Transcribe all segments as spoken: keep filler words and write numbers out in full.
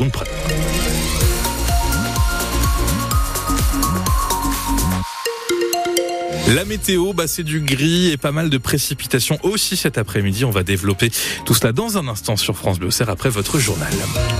seconde preneur. La météo, bah c'est du gris et pas mal de précipitations aussi cet après-midi. On va développer tout cela dans un instant sur France Bleu Auxerre après votre journal.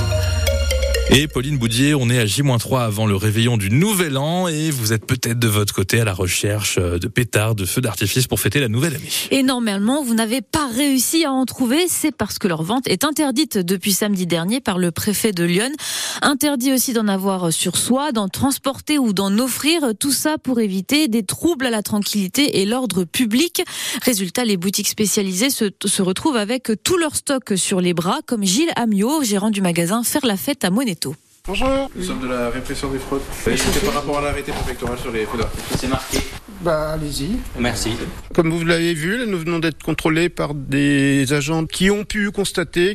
Et Pauline Boudier, on est à J moins trois avant le réveillon du Nouvel An et vous êtes peut-être de votre côté à la recherche de pétards, de feux d'artifice pour fêter la nouvelle année. Et normalement, vous n'avez pas réussi à en trouver, c'est parce que leur vente est interdite depuis samedi dernier par le préfet de Lyon. Interdit aussi d'en avoir sur soi, d'en transporter ou d'en offrir, tout ça pour éviter des troubles à la tranquillité et l'ordre public. Résultat, les boutiques spécialisées se, se retrouvent avec tout leur stock sur les bras, comme Gilles Amiot, gérant du magasin Faire la Fête à Moneto. Bonjour. Nous sommes de la répression des fraudes. C'était par rapport à l'arrêté préfectoral sur les feux d'artifice. C'est marqué. Bah allez-y. Merci. Comme vous l'avez vu, là, nous venons d'être contrôlés par des agents qui ont pu constater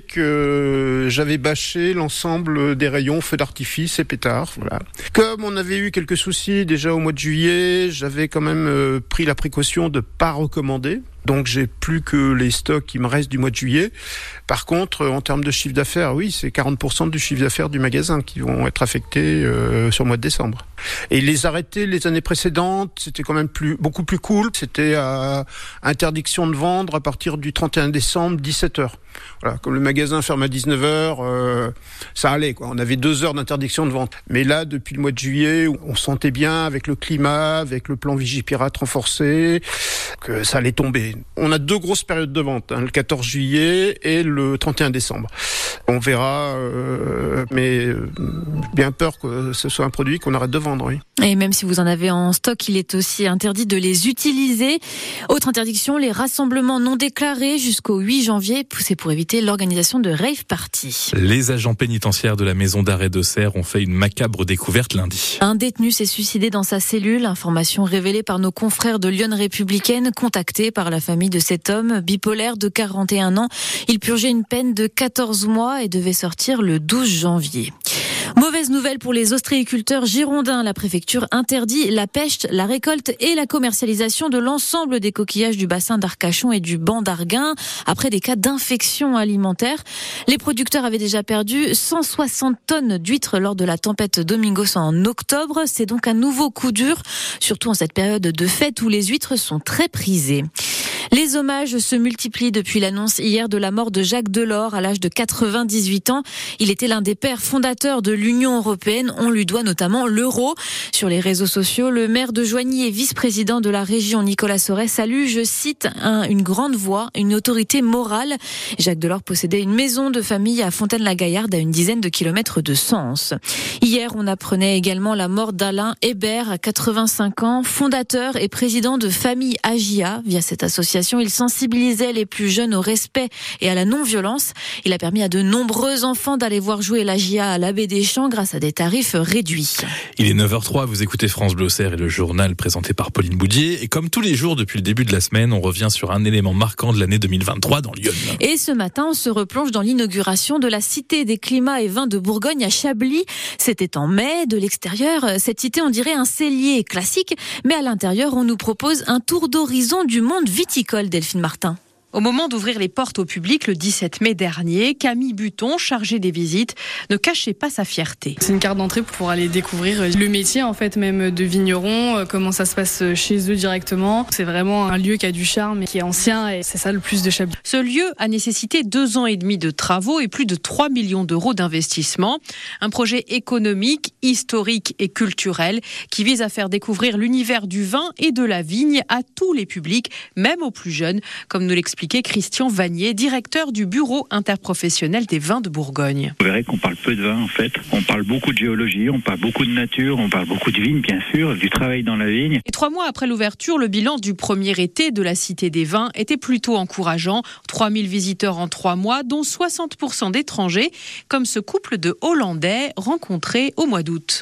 que j'avais bâché l'ensemble des rayons feux d'artifice et pétards. Voilà. Comme on avait eu quelques soucis déjà au mois de juillet, j'avais quand même euh, pris la précaution de pas recommander. Donc j'ai plus que les stocks qui me restent du mois de juillet. Par contre, en termes de chiffre d'affaires, oui, c'est quarante pour cent du chiffre d'affaires du magasin qui vont être affectés euh, sur le mois de décembre. Et les arrêtés les années précédentes, c'était quand même plus, beaucoup plus cool. C'était à interdiction de vendre à partir du trente et un décembre, dix-sept heures. Voilà, comme le magasin ferme à dix-neuf heures, euh, ça allait, quoi. On avait deux heures d'interdiction de vente. Mais là, depuis le mois de juillet, on sentait bien avec le climat, avec le plan Vigipirate renforcé, que ça allait tomber. On a deux grosses périodes de vente, hein, le quatorze juillet et le trente et un décembre. On verra, euh, mais euh, bien peur que ce soit un produit qu'on arrête de vendre, oui. Et même si vous en avez en stock, il est aussi interdit de les utiliser. Autre interdiction, les rassemblements non déclarés jusqu'au huit janvier. C'est pour éviter l'organisation de rave party. Les agents pénitentiaires de la maison d'arrêt d'Auxerre ont fait une macabre découverte lundi. Un détenu s'est suicidé dans sa cellule. Information révélée par nos confrères de Lyon Républicaine, contactés par la famille de cet homme bipolaire de quarante et un ans. Il purgeait une peine de quatorze mois et devait sortir le douze janvier. Mauvaise nouvelle pour les ostréiculteurs girondins. La préfecture interdit la pêche, la récolte et la commercialisation de l'ensemble des coquillages du bassin d'Arcachon et du banc d'Arguin après des cas d'infection alimentaire. Les producteurs avaient déjà perdu cent soixante tonnes d'huîtres lors de la tempête Domingos en octobre. C'est donc un nouveau coup dur, surtout en cette période de fête où les huîtres sont très prisées. Les hommages se multiplient depuis l'annonce hier de la mort de Jacques Delors à l'âge de quatre-vingt-dix-huit ans. Il était l'un des pères fondateurs de l'Union européenne. On lui doit notamment l'euro. Sur les réseaux sociaux, le maire de Joigny et vice-président de la région, Nicolas Sauret, salue, je cite, un, une grande voix, une autorité morale. Jacques Delors possédait une maison de famille à Fontaine-la-Gaillarde, à une dizaine de kilomètres de Sens. Hier, on apprenait également la mort d'Alain Hébert, à quatre-vingt-cinq ans, fondateur et président de Famille Agia. Via cette association, il sensibilisait les plus jeunes au respect et à la non-violence. Il a permis à de nombreux enfants d'aller voir jouer l'Agia à l'Abbé des Champs grâce à des tarifs réduits. Il est neuf heures trois, vous écoutez France Bleu Auxerre et le journal présenté par Pauline Boudier. Et comme tous les jours depuis le début de la semaine, on revient sur un élément marquant de l'année deux mille vingt-trois dans Lyon. Et ce matin, on se replonge dans l'inauguration de la Cité des climats et vins de Bourgogne à Chablis. C'était en mai. De l'extérieur, cette cité, on dirait un cellier classique. Mais à l'intérieur, on nous propose un tour d'horizon du monde viticole. Delphine Martin. Au moment d'ouvrir les portes au public le dix-sept mai dernier, Camille Buton, chargée des visites, ne cachait pas sa fierté. C'est une carte d'entrée pour aller découvrir le métier en fait même de vigneron, comment ça se passe chez eux directement. C'est vraiment un lieu qui a du charme et qui est ancien et c'est ça le plus de Chablis. Ce lieu a nécessité deux ans et demi de travaux et plus de trois millions d'euros d'investissement. Un projet économique, historique et culturel qui vise à faire découvrir l'univers du vin et de la vigne à tous les publics, même aux plus jeunes, comme nous l'explique Christian Vanier, directeur du bureau interprofessionnel des vins de Bourgogne. Vous verrez qu'on parle peu de vin en fait. On parle beaucoup de géologie, on parle beaucoup de nature, on parle beaucoup de vigne bien sûr, du travail dans la vigne. Et trois mois après l'ouverture, le bilan du premier été de la Cité des Vins était plutôt encourageant. trois mille visiteurs en trois mois, dont soixante pour cent d'étrangers, comme ce couple de Hollandais rencontrés au mois d'août.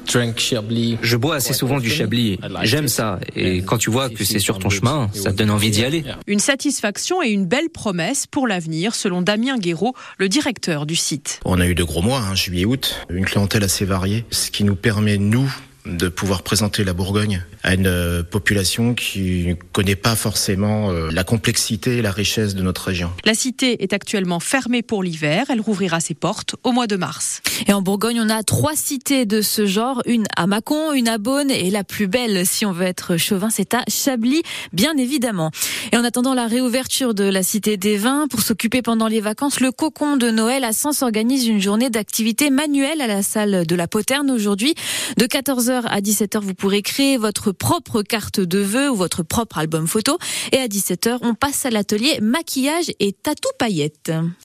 Je bois assez souvent du Chablis. J'aime ça. Et quand tu vois que c'est sur ton chemin, ça te donne envie d'y aller. Une satisfaction et une belle promesse pour l'avenir, selon Damien Guéraud, le directeur du site. On a eu de gros mois, hein, juillet-août, une clientèle assez variée, ce qui nous permet, nous, de pouvoir présenter la Bourgogne à une population qui ne connaît pas forcément la complexité et la richesse de notre région. La cité est actuellement fermée pour l'hiver. Elle rouvrira ses portes au mois de mars. Et en Bourgogne, on a trois cités de ce genre. Une à Mâcon, une à Beaune et la plus belle, si on veut être chauvin, c'est à Chablis, bien évidemment. Et en attendant la réouverture de la Cité des Vins, pour s'occuper pendant les vacances, le Cocon de Noël à Sens organise une journée d'activité manuelle à la salle de la Poterne aujourd'hui. De quatorze heures à dix-sept heures, vous pourrez créer votre propre carte de vœux ou votre propre album photo. Et à dix-sept heures, on passe à l'atelier maquillage et tatou paillettes.